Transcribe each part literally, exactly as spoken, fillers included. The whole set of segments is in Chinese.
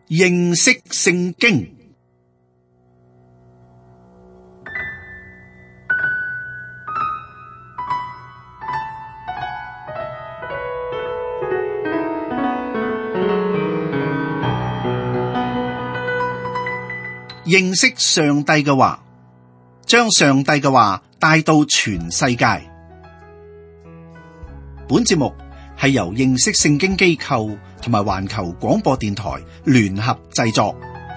認識聖經。認識上帝嘅話，將上帝嘅話帶到全世界。本節目係由認識聖經機構同埋環球廣播電台聯合製作。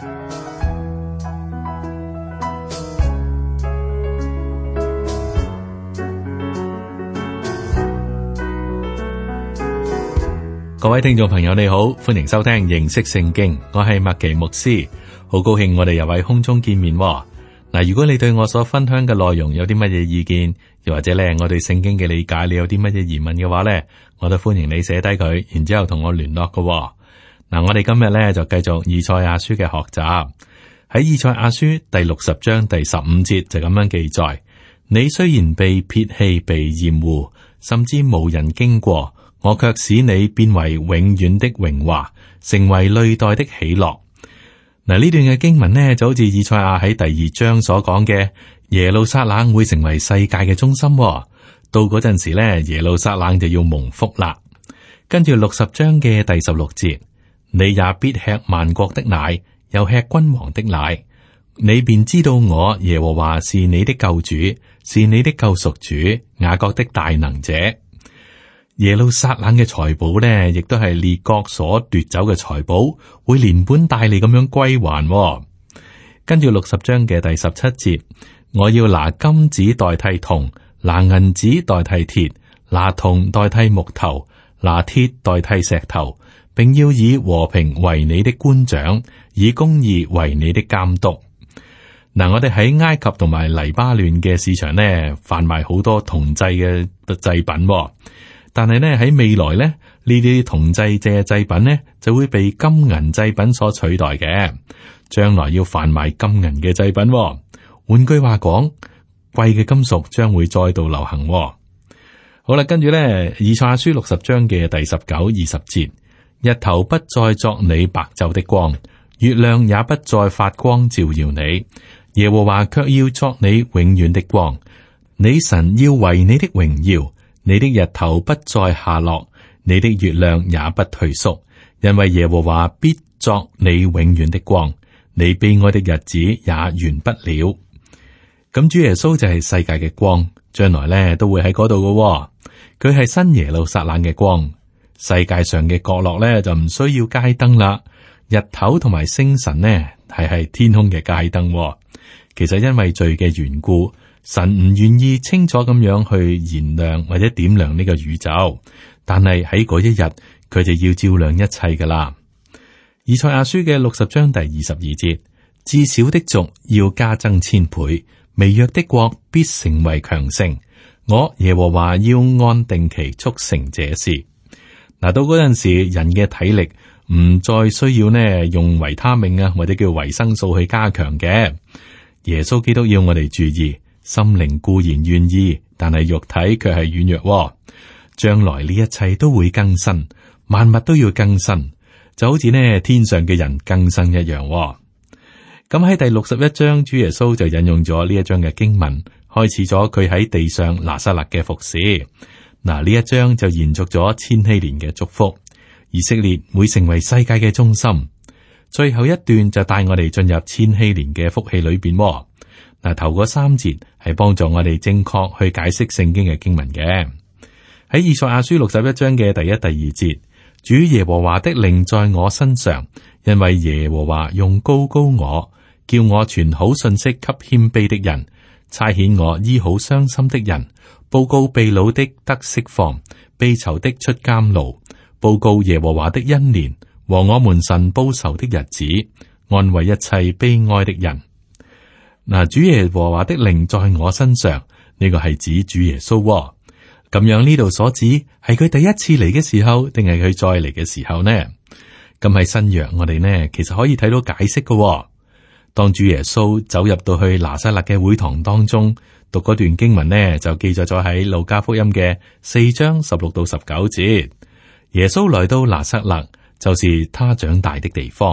各位聽眾朋友你好，歡迎收聽認識聖經，我係麥奇牧師。好高興我哋又喺空中見面喎。嗱，如果你對我所分享嘅內容有啲乜嘢意見，又或者咧我對聖經嘅理解，你有啲乜嘢疑問嘅話咧，我都歡迎你寫低佢，然之後同我聯絡㗎喎。嗱，我哋今日咧就繼續以賽亞書嘅學習。喺以賽亞書第六十章第十五節就咁樣記載：你雖然被撇棄、被厭惡，甚至無人經過，我卻使你變為永遠的榮華，成為歷代的喜樂。嗱，呢段嘅經文呢，就好似以賽亞喺第二章所講嘅，耶路撒冷會成為世界嘅中心喎。到嗰陣時呢，耶路撒冷就要蒙福啦。跟住六十章嘅第十六節，你也必吃萬國的奶，又吃君王的奶，你便知道我耶和華是你的救主，是你的救贖主，雅各的大能者。耶路撒冷嘅財寶呢，亦都係列國所奪走嘅財寶，會連本帶利咁樣歸還喎。跟住六十章嘅第十七節，我要拿金子代替銅，拿銀子代替鐵，拿銅代替木頭，拿鐵代替石頭，並要以和平為你的官長，以公義為你的監督。嗱，我哋喺埃及同埋黎巴嫩嘅市場呢，販賣好多銅製嘅製品喎。但係咧喺未來咧，呢啲銅製嘅製品咧就會被金銀製品所取代嘅。將來要販賣金銀嘅製品，換句話講，貴嘅金屬將會再度流行。好啦，跟住咧，以賽亞書六十章嘅第十九、二十節，日頭不再作你白晝的光，月亮也不再發光照耀你，耶和華卻要作你永遠的光，你神要為你的榮耀。你的日頭不再下落，你的月亮也不退縮，因為耶和華必作你永遠的光，你悲哀的日子也完不了。咁主耶穌就係世界嘅光，將來咧都會喺嗰度嘅。佢係新耶路撒冷嘅光，世界上嘅角落咧就唔需要街燈啦。日頭同埋星辰呢係係天空嘅街燈。其實因為罪嘅緣故，神唔願意清楚咁樣去燃亮或者點亮呢個宇宙，但係喺嗰一日佢就要照亮一切噶啦。以賽亞書嘅六十章第二十二節，至小的族要加增千倍，微弱的國必成為強盛。我耶和華要按定期促成這事。嗱，到嗰陣時，人嘅體力唔再需要呢用維他命啊或者叫維生素去加強嘅。耶穌基督要我哋注意。心靈固然願意，但係肉體卻係軟弱。將來呢一切都會更新，萬物都要更新，就好似呢天上嘅人更新一樣。咁喺第六十一章，主耶穌就引用咗呢一章嘅經文，開始咗佢喺地上拿撒勒嘅服侍。嗱，呢一章就延續咗千禧年嘅祝福，以色列會成為世界嘅中心。最後一段就帶我哋進入千禧年嘅福氣裏邊。嗱，頭嗰三節係幫助我哋正確去解釋聖經嘅經文嘅。喺以賽亞書六十一章嘅第一、第二節，主耶和華的靈在我身上，因為耶和華用膏膏我，叫我傳好信息給謙卑的人，差遣我醫好傷心的人，報告被擄的得釋放，被囚的出監牢，報告耶和華的恩年和我們神報仇的日子，安慰一切悲哀的人。嗱，主耶和華的靈在我身上，呢個係指主耶穌喎。咁樣呢度所指係佢第一次嚟嘅時候，定係佢再嚟嘅時候呢？咁喺新約，我哋呢其實可以睇到解釋嘅喎。當主耶穌走入到去拿撒勒嘅會堂當中，讀嗰段經文呢，就記載咗喺路加福音嘅四章十六到十九節。耶穌來到拿撒勒，就是他長大的地方。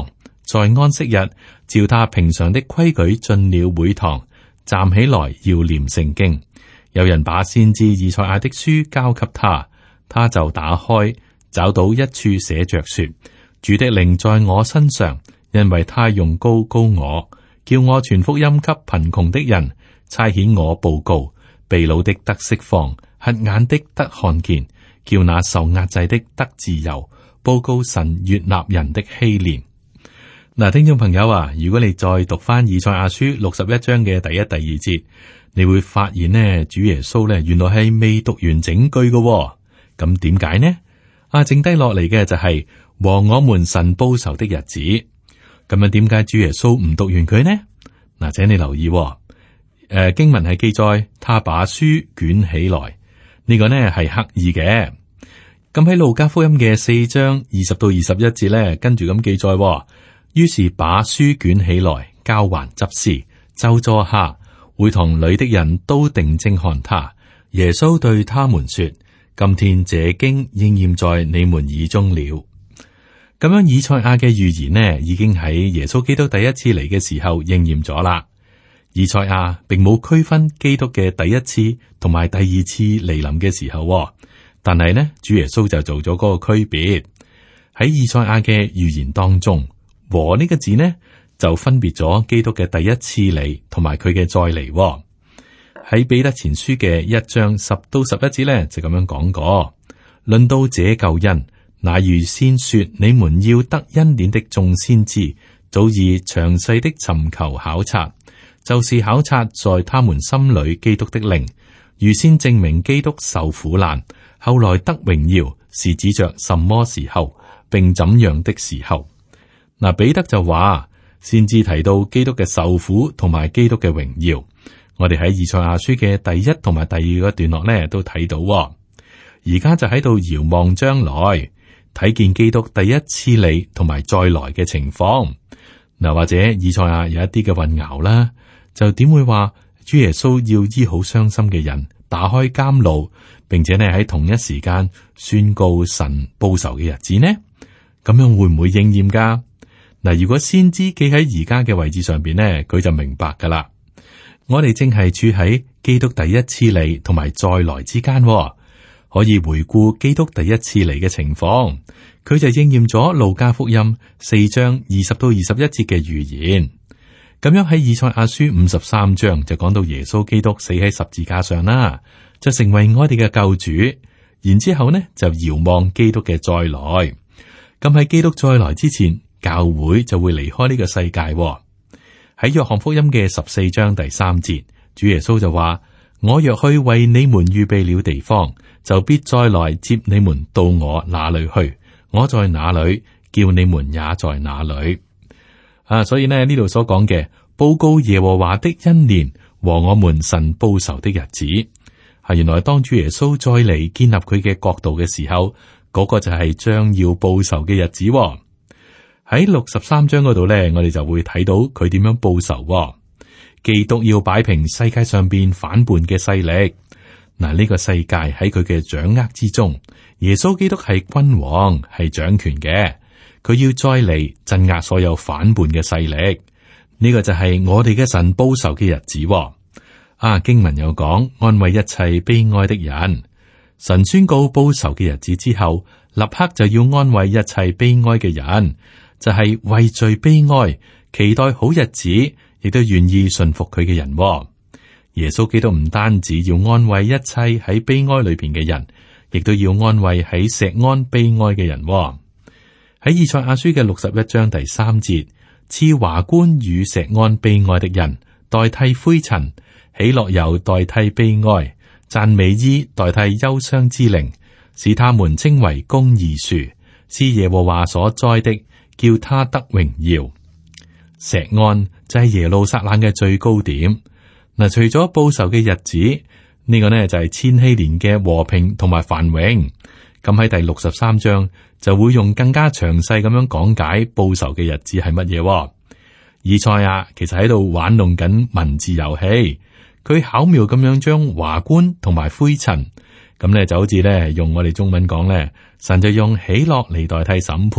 在安息日照他平常的規矩進了會堂，站起來要念聖經。有人把先知以賽亞的書交給他，他就打開，找到一處寫着說：主的靈在我身上，因為他用膏膏我，叫我傳福音給貧窮的人，差遣我報告被擄的得釋放，瞎眼的得看見，叫那受壓制的得自由，報告神悅納人的禧年。嗱，聽眾朋友啊，如果你再讀翻以賽亞書六十一章嘅第一、第二節，你會發現呢，主耶穌呢原來係未讀完整句嘅、哦。咁點解呢？啊，剩低落嚟嘅就係、是、和我們神報仇的日子。咁樣點解主耶穌唔讀完佢呢？嗱，請你留意、哦，誒、呃，經文係記載他把書捲起來，呢、這個呢係刻意嘅。咁喺路加福音嘅四章二十到二十一節咧，跟住咁記載、哦。於是把書捲起來，交還執事，就坐下。會堂裏的人都定睛看他。耶穌對他們說：今天這經應驗在你們耳中了。咁樣以賽亞嘅預言呢，已經喺耶穌基督第一次嚟嘅時候應驗咗啦。以賽亞並冇區分基督嘅第一次同埋第二次嚟臨嘅時候，但係呢，主耶穌就做咗嗰個區別。喺以賽亞嘅預言當中，和呢個字呢就分別咗基督嘅第一次嚟同埋佢嘅再嚟。喺彼得前書嘅一章十到十一節呢就咁樣講過，論到這救恩，那預先說你們要得恩典的眾先知，早已詳細的尋求考察，就是考察在他們心裏基督的靈，預先證明基督受苦難，後來得榮耀，是指着什麼時候，並怎樣的時候。嗱，彼得就話，先至提到基督嘅受苦同埋基督嘅榮耀。我哋喺以賽亞書嘅第一同埋第二個段落咧都睇到。而家就喺度遙望將來，睇見基督第一次嚟同埋再來嘅情況。嗱，或者以賽亞有一啲嘅混淆啦，就點會話主耶穌要醫好傷心嘅人，打開監牢，並且咧喺同一時間宣告神報仇嘅日子呢？咁樣會唔會應驗噶？嗱，如果先知企喺而家嘅位置上邊呢，佢就明白噶啦。我哋正係處喺基督第一次嚟同埋再來之間，可以回顧基督第一次嚟嘅情況，佢就應驗咗路加福音四章二十到二十一節嘅預言。咁樣喺以賽亞書五十三章就講到耶穌基督死喺十字架上啦，就成為我哋嘅救主。然之後呢就遙望基督嘅再來。咁喺基督再來之前，教會就會離開呢個世界。喺約翰福音嘅十四章第三節，主耶穌就話：我若去為你們預備了地方，就必再來接你們到我那裏去。我在哪裏，叫你們也在哪裏。啊，所以呢呢度所講嘅報告耶和華的恩年和我們神報仇的日子，係原來當主耶穌再嚟建立佢嘅國度嘅時候，嗰、那個就係將要報仇嘅日子。喺六十三章嗰度咧，我哋就會睇到佢點樣報仇。基督要擺平世界上邊反叛嘅勢力。嗱，呢個世界喺佢嘅掌握之中，耶穌基督係君王，係掌權嘅。佢要再嚟鎮壓所有反叛嘅勢力。呢、這個就係我哋嘅神報仇嘅日子。啊，經文有講安慰一切悲哀的人。神宣告報仇嘅日子之後，立刻就要安慰一切悲哀嘅人。就係畏罪悲哀，期待好日子，亦都願意順服佢嘅人。耶穌基督唔單止要安慰一切喺悲哀裏邊嘅人，亦都要安慰喺錫安悲哀嘅人。喺以賽亞書嘅六十一章第三節，賜華冠與錫安悲哀的人，代替灰塵；喜樂油代替悲哀，讚美衣代替憂傷之靈，使他們稱為公義樹，是耶和華所栽的。叫他得榮耀。錫安就係耶路撒冷嘅最高點。嗱，除咗報仇嘅日子，呢、這個呢就係千禧年嘅和平同埋繁榮。咁喺第六十三章就會用更加詳細咁樣講解報仇嘅日子係乜嘢。以賽亞其實喺度玩弄緊文字遊戲，佢巧妙咁樣將華冠同埋灰塵，咁呢就好似呢用我哋中文講呢，神就用喜樂嚟代替審判。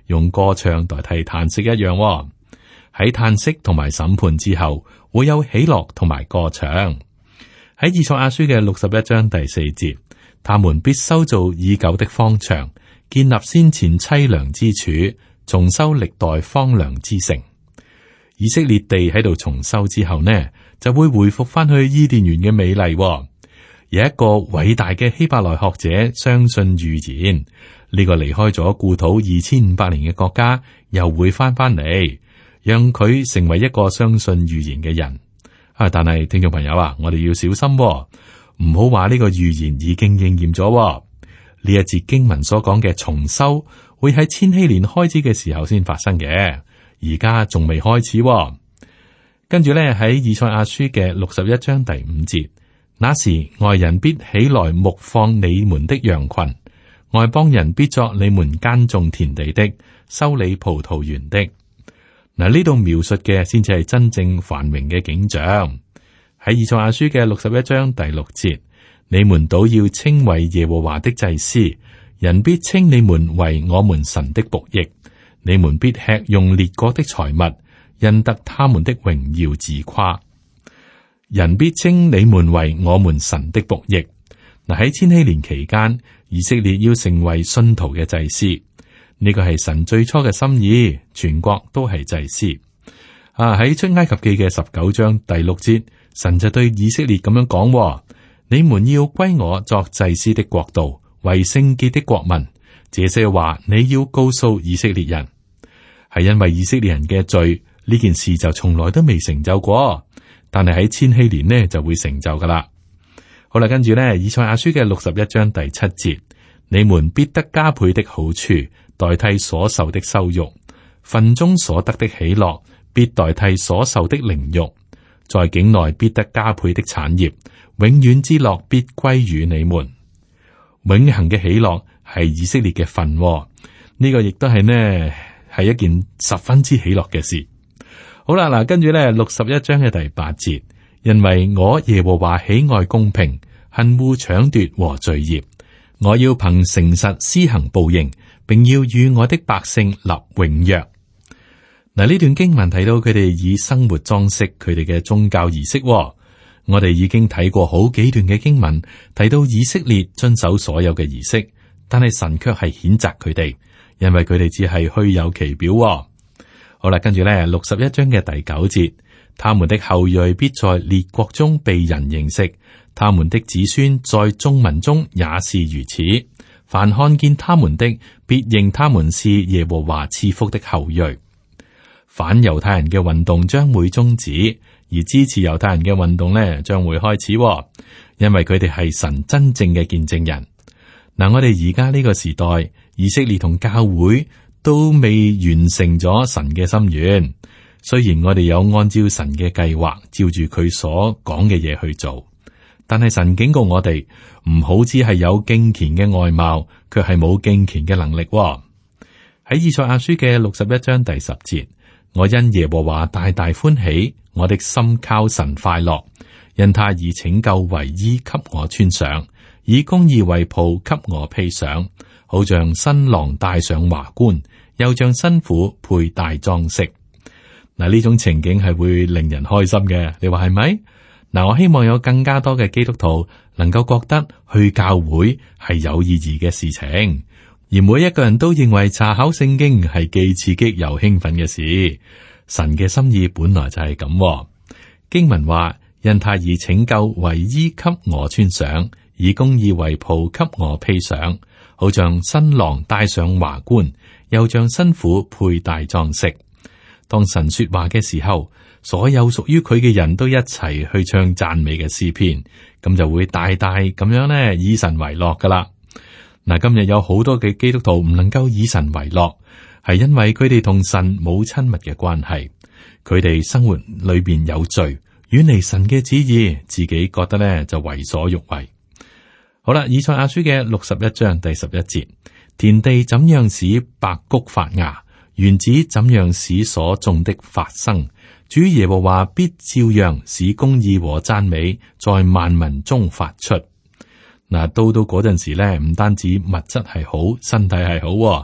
用歌唱代替嘆息一樣、哦。喺嘆息同埋審判之後，會有喜樂同埋歌唱。喺以賽亞書嘅六十一章第四節，他們必修造已久的荒場，建立先前淒涼之處，重修歷代荒涼之城。以色列地喺度重修之後呢，就會回復翻去伊甸園嘅美麗、哦。有一個偉大嘅希伯來學者相信預言，呢、這個離開咗故土二千五百年嘅國家，又會翻翻嚟，讓佢成為一個相信預言嘅人。啊！但係聽眾朋友啊，我哋要小心、哦，唔好話呢個預言已經應驗咗、哦。呢一節經文所講嘅重修，會喺千禧年開始嘅時候先發生嘅，而家仲未開始、哦。跟住咧喺以賽亞書嘅六十一章第五節，那時外人必起來牧放你們的羊群，外邦人必作你們耕種田地的、修理葡萄園的。嗱，呢度描述嘅先至係真正繁榮嘅景象。喺以賽亞書嘅六十一章第六節，你們倒要稱為耶和華的祭司，人必稱你們為我們神的僕役。你們必吃用列國的財物，因得他們的榮耀自誇。人必稱你們為我們神的僕役。嗱，喺千禧年期間，以色列要成為信徒嘅祭司。呢個係神最初嘅心意，全國都係祭司。啊，喺出埃及記嘅十九章第六節，神就對以色列咁樣講：你們要歸我作祭司的國度，為聖潔的國民。這些話你要告訴以色列人，係因為以色列人嘅罪，呢件事就從來都未成就過，但係喺千禧年呢就會成就噶啦。好啦，跟住呢，以賽亞書嘅六十一章第七節，你們必得加倍的好處，代替所受的羞辱，份中所得的喜樂，必代替所受的凌辱，在境內必得加倍的產業，永遠之樂必歸於你們。永恆嘅喜樂係以色列嘅份、哦，呢、這個亦都係呢係一件十分之喜樂嘅事。好啦，嗱，跟住咧六十一章嘅第八節，因為我耶和華喜愛公平，恨惡搶奪和罪孽，我要憑誠實施行報應，並要與我的百姓立永約。嗱，呢段經文提到佢哋以生活裝飾佢哋嘅宗教儀式、哦。我哋已經睇過好幾段嘅經文，提到以色列遵守所有嘅儀式，但係神卻係譴責佢哋，因為佢哋只係虛有其表、哦。好啦，跟住咧六十一章嘅第九節，他們的後裔必在列國中被人認識，他們的子孫在眾民中也是如此。凡看見他們的，必認他們是耶和華賜福的後裔。反猶太人嘅運動將會終止，而支持猶太人嘅運動呢將會開始、哦，因為佢哋係神真正嘅見證人。嗱，我哋而家呢個時代，以色列同教會都未完成咗神嘅心願。雖然我哋有按照神嘅計劃，照住佢所講嘅嘢去做，但係神警告我哋唔好只係有敬虔嘅外貌，卻係冇敬虔嘅能力、哦。喺以賽亞書嘅六十一章第十節。我因耶和華大大歡喜，我的心靠神快樂，因他以拯救為衣給我穿上，以公義為袍給我披上，好像新郎戴上華冠，又像新婦佩戴裝飾。嗱，呢種情景係會令人開心嘅，你話係咪？嗱，我希望有更加多嘅基督徒能夠覺得去教會係有意義嘅事情。而每一個人都認為查考聖經係既刺激又興奮嘅事，神嘅心意本來就係咁。經文話：因他以拯救為衣給我穿上，以公義為袍給我披上，好像新郎戴上華冠，又像新婦佩戴裝飾。當神說話嘅時候，所有屬於佢嘅人都一齊去唱讚美嘅詩篇，咁就會大大咁樣咧以神為樂噶啦。嗱，今日有好多嘅基督徒唔能夠以神為樂，係因為佢哋同神冇親密嘅關係，佢哋生活裏邊有罪，遠離神嘅旨意，自己覺得咧就為所欲為。好啦，以賽亞書嘅六十一章第十一節，田地怎樣使百穀發芽，園子怎樣使所種的發生，主耶和華必照樣使公義和讚美在萬民中發出。嗱，到到嗰陣時咧，唔單止物質係好，身體係好，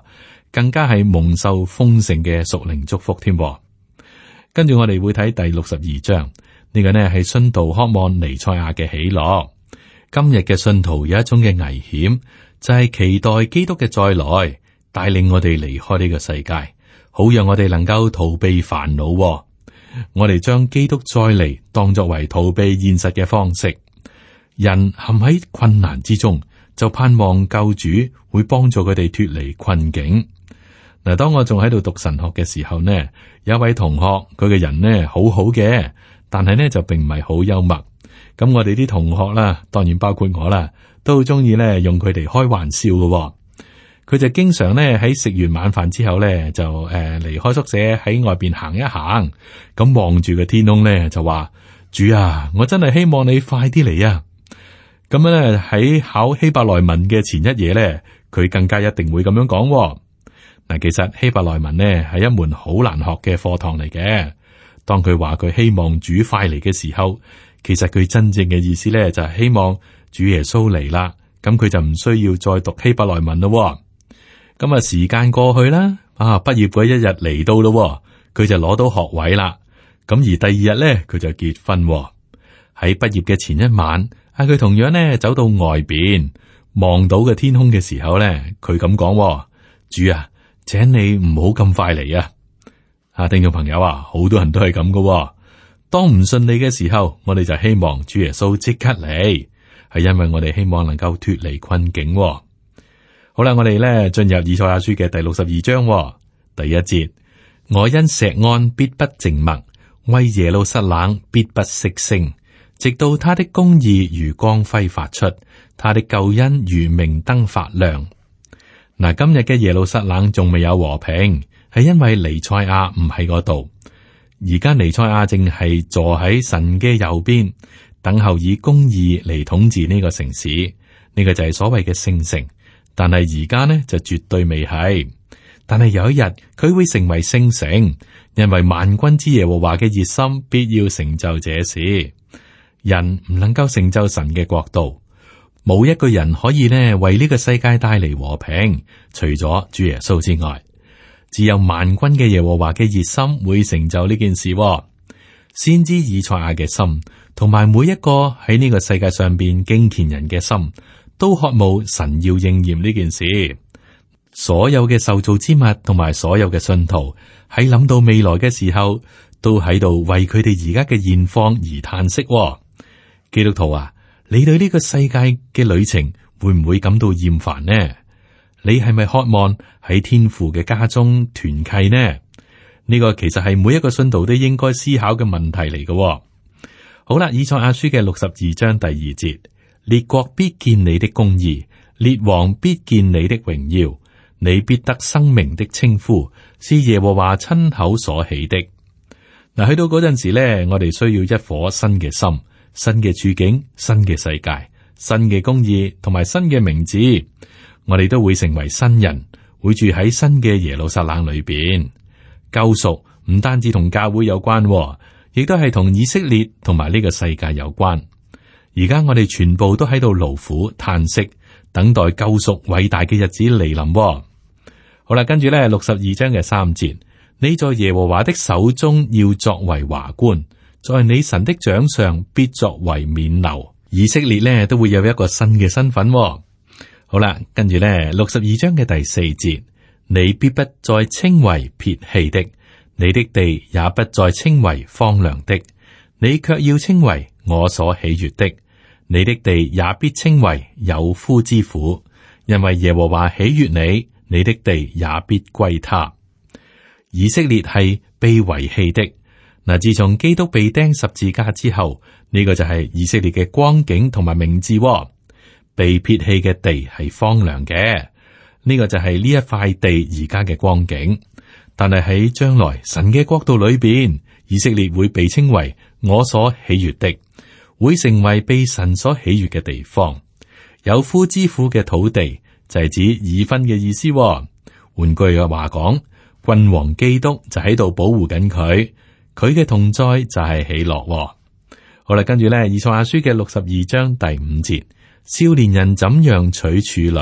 更加係蒙受豐盛嘅屬靈祝福添。跟住我哋會睇第六十二章，呢個呢係信徒渴望彌賽亞嘅喜樂。今日嘅信徒有一種嘅危險，就係期待基督嘅再來，帶領我哋離開呢個世界，好讓我哋能夠逃避煩惱。我哋將基督再嚟當作為逃避現實嘅方式。人陷喺困難之中，就盼望救主會幫助佢哋脫離困境。嗱，當我仲喺度讀神學嘅時候呢，有位同學佢嘅人呢好好嘅，但係呢就並唔係好幽默。咁我哋啲同學啦，當然包括我啦，都好中意呢用佢哋開玩笑嘅。佢就經常呢喺食完晚飯之後呢，就誒離開宿舍喺外邊行一行，咁望住個天空呢，就話：主啊，我真係希望你快啲嚟啊！咁樣咧喺考希伯來文嘅前一夜呢，佢更加一定會咁樣講。嗱，其實希伯來文呢係一門好難學嘅課堂嚟嘅。當佢話佢希望主快嚟嘅時候，其實佢真正嘅意思呢就係希望主耶穌嚟啦。咁佢就唔需要再讀希伯來文咯。咁啊，時間過去啦，啊，畢業嗰一日嚟到咯，佢就攞到學位啦。咁而第二日呢，佢就結婚。喺畢業嘅前一晚，啊，佢同樣呢走到外邊望到嘅天空嘅時候呢，佢咁講：主啊，請你唔好咁快嚟啊！啊，聽眾朋友啊，好多人都係咁噶。當唔順利嘅時候，我哋就希望主耶穌即刻嚟，係因為我哋希望能夠脫離困境。好啦，我哋咧進入以賽亞書嘅第六十二章第一節：我因錫安必不靜默，為耶路撒冷必不息聲，直到他的公義如光輝發出，他的救恩如明燈發亮。嗱，今日嘅耶路撒冷仲未有和平，係因為彌賽亞唔喺嗰度。而家彌賽亞正係坐喺神嘅右邊，等候以公義嚟統治呢個城市。呢、這個就係所謂嘅聖城。但係而家呢就絕對未係。但係有一日佢會成為聖城，因為萬軍之耶和華嘅熱心必要成就這事。人唔能夠成就神嘅國度，冇一個人可以呢為呢個世界帶嚟和平，除咗主耶穌之外。只有萬軍嘅耶和華嘅熱心會成就呢件事。先知以賽亞嘅心，同埋每一個喺呢個世界上邊敬虔人嘅心，都渴慕神要應驗呢件事。所有嘅受造之物同埋所有嘅信徒喺諗到未來嘅時候，都喺度為佢哋而家嘅現況而嘆息。基督徒啊，你對呢個世界嘅旅程會唔會感到厭煩呢？你係咪渴望喺天父嘅家中團契呢？呢個其實係每一個信徒都應該思考嘅問題嚟嘅。好啦，以賽亞書嘅六十二章第二節：列國必見你的公義，列王必見你的榮耀，你必得生命的稱呼，是耶和華親口所起的。嗱，去到嗰陣時咧，我哋需要一顆新嘅心、新嘅處境、新嘅世界、新嘅公義同埋新嘅名字。我哋都會成為新人，會住喺新嘅耶路撒冷裏邊。救贖唔單止同教會有關，亦都係同以色列同埋呢個世界有關。而家我哋全部都喺度勞苦嘆息，等待救贖偉大嘅日子嚟臨。好啦，跟住咧六十二章嘅三節：你在耶和華的手中要作為華冠，在你神的掌上必作為冕旒。以色列咧都會有一個新嘅身份。好啦，跟住咧六十二章嘅第四節：你必不再稱為撇棄的，你的地也不再稱為荒涼的，你卻要稱為我所喜悅的。你的地也必稱為有夫之婦，因為耶和華喜悅你，你的地也必歸他。以色列係被遺棄的。嗱，自從基督被釘十字架之後，呢、這個就係以色列嘅光景同埋名字。被撇棄嘅地係荒涼嘅，呢、這個就係呢一塊地而家嘅光景。但係喺將來神嘅國度裏邊，以色列會被稱為我所喜悅的，會成為被神所喜悅嘅地方。有夫之婦嘅土地就係指已婚嘅意思。換句嘅話講，君王基督就喺度保護緊佢，佢嘅同在就係喜樂。好啦，跟住咧，以賽亞書嘅六十二章第五節。少年人怎樣娶處女，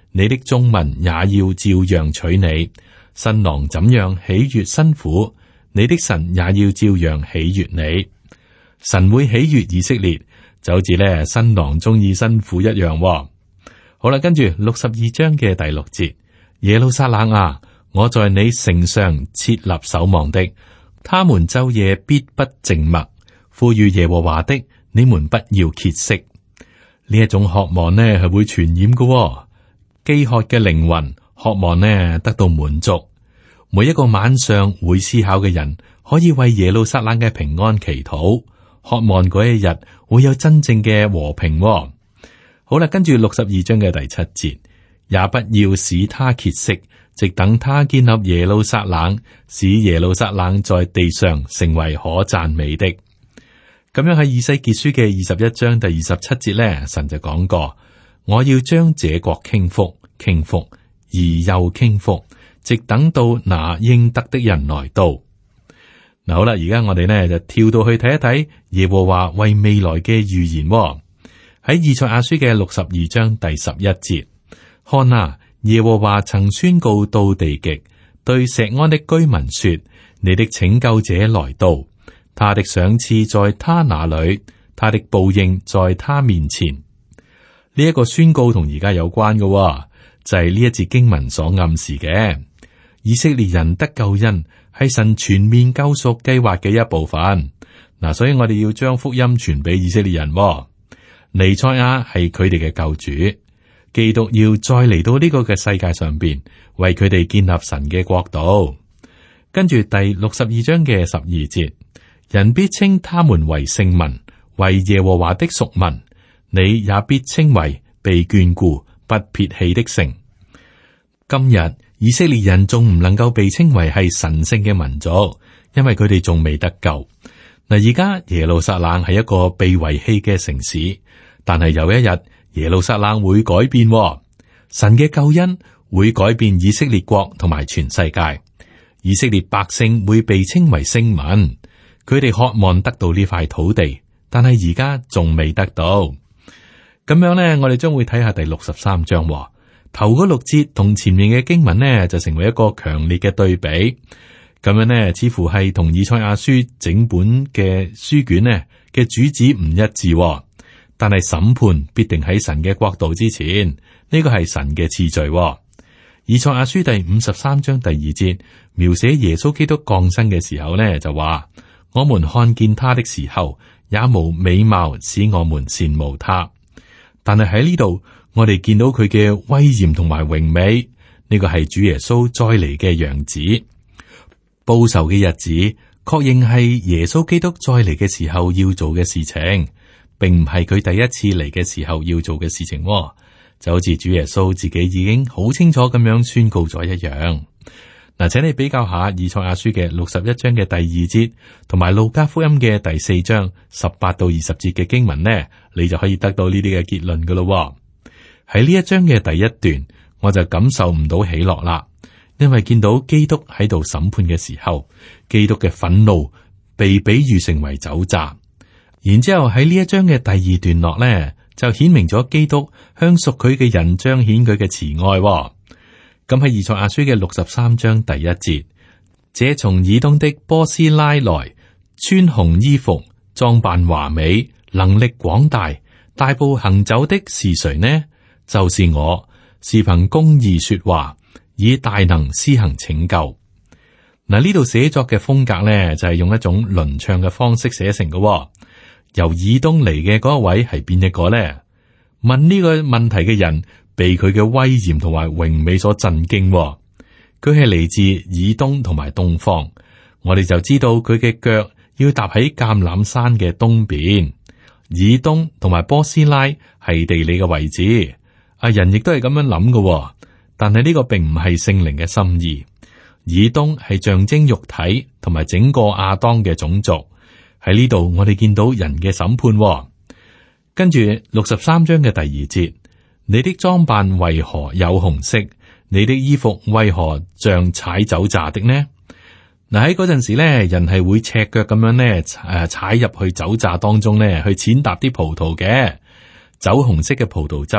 你的眾民也要照樣娶你。新郎怎樣喜悅新婦，你的神也要照樣喜悅你。神會喜悅以色列，就好似咧新郎中意新婦一樣、哦。好啦，跟住六十二章嘅第六節，耶路撒冷啊，我在你城上設立守望的，他們晝夜必不靜默。呼籲耶和華的，你們不要歇息。呢一種渴望呢係會傳染嘅、哦，飢渴嘅靈魂渴望呢得到滿足。每一個晚上會思考嘅人，可以為耶路撒冷嘅平安祈禱，渴望嗰一日會有真正嘅和平、哦。好啦，跟住六十二章嘅第七節，也不要使他歇息，直等他建立耶路撒冷，使耶路撒冷在地上成為可讚美的。咁樣喺以西結書嘅二十一章第二十七節咧，神就講過：我要將這國傾覆，傾覆而又傾覆，直等到那應得的人來到。嗱，好啦，而家我哋呢就跳到去睇一睇耶和華為未來嘅預言、哦。喺以賽亞書嘅六十二章第十一節，看啊，耶和華曾宣告到地極，對錫安的居民說：你的拯救者來到。他的賞賜在他那裏，他的報應在他面前。呢、這、一個宣告同而家有關嘅、哦，就係、是、呢一節經文所暗示嘅。以色列人得救恩係神全面救贖計劃嘅一部分。嗱，所以我哋要將福音傳俾以色列人、哦。彌賽亞係佢哋嘅救主，基督要再嚟到呢個嘅世界上邊，為佢哋建立神嘅國度。跟住第六十二章嘅十二節。人必稱他們為聖民，為耶和華的屬民。你也必稱為被眷顧、不撇棄的城。今日以色列人仲唔能夠被稱為係神聖嘅民族，因為佢哋仲未得救。嗱，而家耶路撒冷係一個被遺棄嘅城市，但係有一日耶路撒冷會改變，神嘅救恩會改變以色列國同埋全世界。以色列百姓會被稱為聖民。佢哋渴望得到呢塊土地，但係而家仲未得到。咁樣呢，我哋將會睇下第六十三章，頭嗰六節同前面嘅經文呢，就成為一個強烈嘅對比。咁樣呢，似乎係同以賽亞書整本嘅書卷呢嘅主旨唔一致。但係審判必定喺神嘅國度之前，呢個係神嘅次序。以賽亞書第五十三章第二節描寫耶穌基督降生嘅時候呢，就話。我們看見他的時候，也無美貌使我們羨慕他。但係喺呢度，我哋見到佢嘅威嚴同埋榮美，呢個係主耶穌再嚟嘅樣子。報仇嘅日子，確認係耶穌基督再嚟嘅時候要做嘅事情，並唔係佢第一次嚟嘅時候要做嘅事情。就好似主耶穌自己已經好清楚咁樣宣告咗一樣。嗱，請你比較下以賽亞書嘅六十一章嘅第二節，同埋路加福音嘅第四章十八到二十節嘅經文呢，你就可以得到呢啲嘅結論噶咯。喺呢一章嘅第一段，我就感受唔到喜樂啦，因為見到基督喺度審判嘅時候，基督嘅憤怒被比喻成為酒醡。然之後喺呢一章嘅第二段落呢，就顯明咗基督向屬佢嘅人彰顯佢嘅慈愛。咁喺以賽亞書嘅六十三章第一節，這從以東的波斯拉來，穿紅衣服，裝扮華美，能力廣大，大步行走的是誰呢？就是我，是憑公義說話，以大能施行拯救。嗱，呢度寫作嘅風格咧，就係、是、用一種輪唱嘅方式寫成嘅。由以東嚟嘅嗰一位係邊一個咧？問呢個問題嘅人，被佢嘅威嚴同埋榮美所震驚，佢係嚟自以東同埋東方，我哋就知道佢嘅腳要踏喺橄欖山嘅東邊。以東同埋波斯拉係地理嘅位置，啊人亦都係咁樣諗嘅，但係呢個並唔係聖靈嘅心意。以東係象徵肉體同埋整個亞當嘅種族，喺呢度我哋見到人嘅審判。跟住六十三章嘅第二節。你的裝扮為何有紅色？你的衣服為何像踩酒醡的呢？嗱，喺嗰陣時咧，人係會赤腳咁樣咧，誒踩入去酒醡當中咧，去踐踏啲葡萄嘅。酒紅色嘅葡萄汁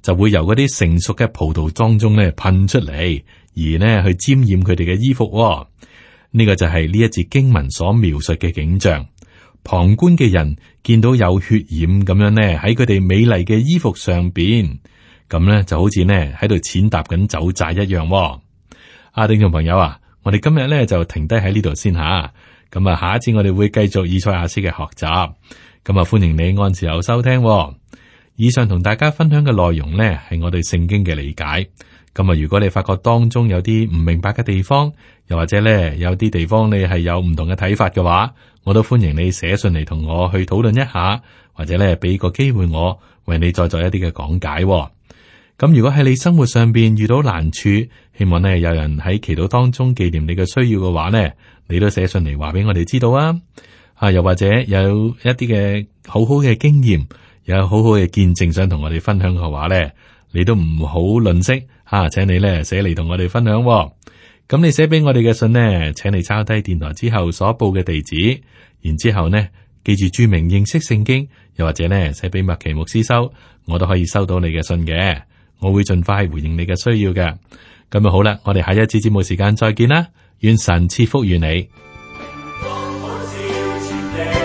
就會由嗰啲成熟嘅葡萄當中咧噴出嚟，而呢去沾染佢哋嘅衣服、哦。呢、這個就係呢一節經文所描述嘅景象。旁觀嘅人見到有血染咁樣呢喺佢哋美麗嘅衣服上邊，咁呢就好似呢喺度踐踏緊酒債一樣、哦。啊，聽眾朋友啊，我哋今日咧就停低喺呢度先吓。咁啊，下一次我哋會繼續以賽亞書嘅學習。咁啊，歡迎你按時候收聽、哦。以上同大家分享嘅內容呢，係我對聖經嘅理解。咁啊，如果你發覺當中有啲唔明白嘅地方，又或者咧有啲地方你係有唔同嘅睇法嘅話，我都歡迎你寫信嚟同我去討論一下，或者咧俾個機會我為你再做一啲嘅講解。咁如果喺你生活上邊遇到難處，希望呢有人喺祈禱當中紀念你嘅需要嘅話呢，你都寫信嚟話俾我哋知道啊。啊，又或者有一啲嘅好好嘅經驗，有好好嘅見證想同我哋分享嘅話呢，你都唔好吝嗇吓，請你咧寫嚟同我哋分享。咁你寫俾我哋嘅信呢，請你抄低電台之後所報嘅地址，然之後呢記住注明認識聖經，又或者呢寫俾麥奇牧師收，我都可以收到你嘅信嘅，我會盡快回應你嘅需要嘅。咁啊好啦，我哋下一次節目時間再見啦，願神賜福於你。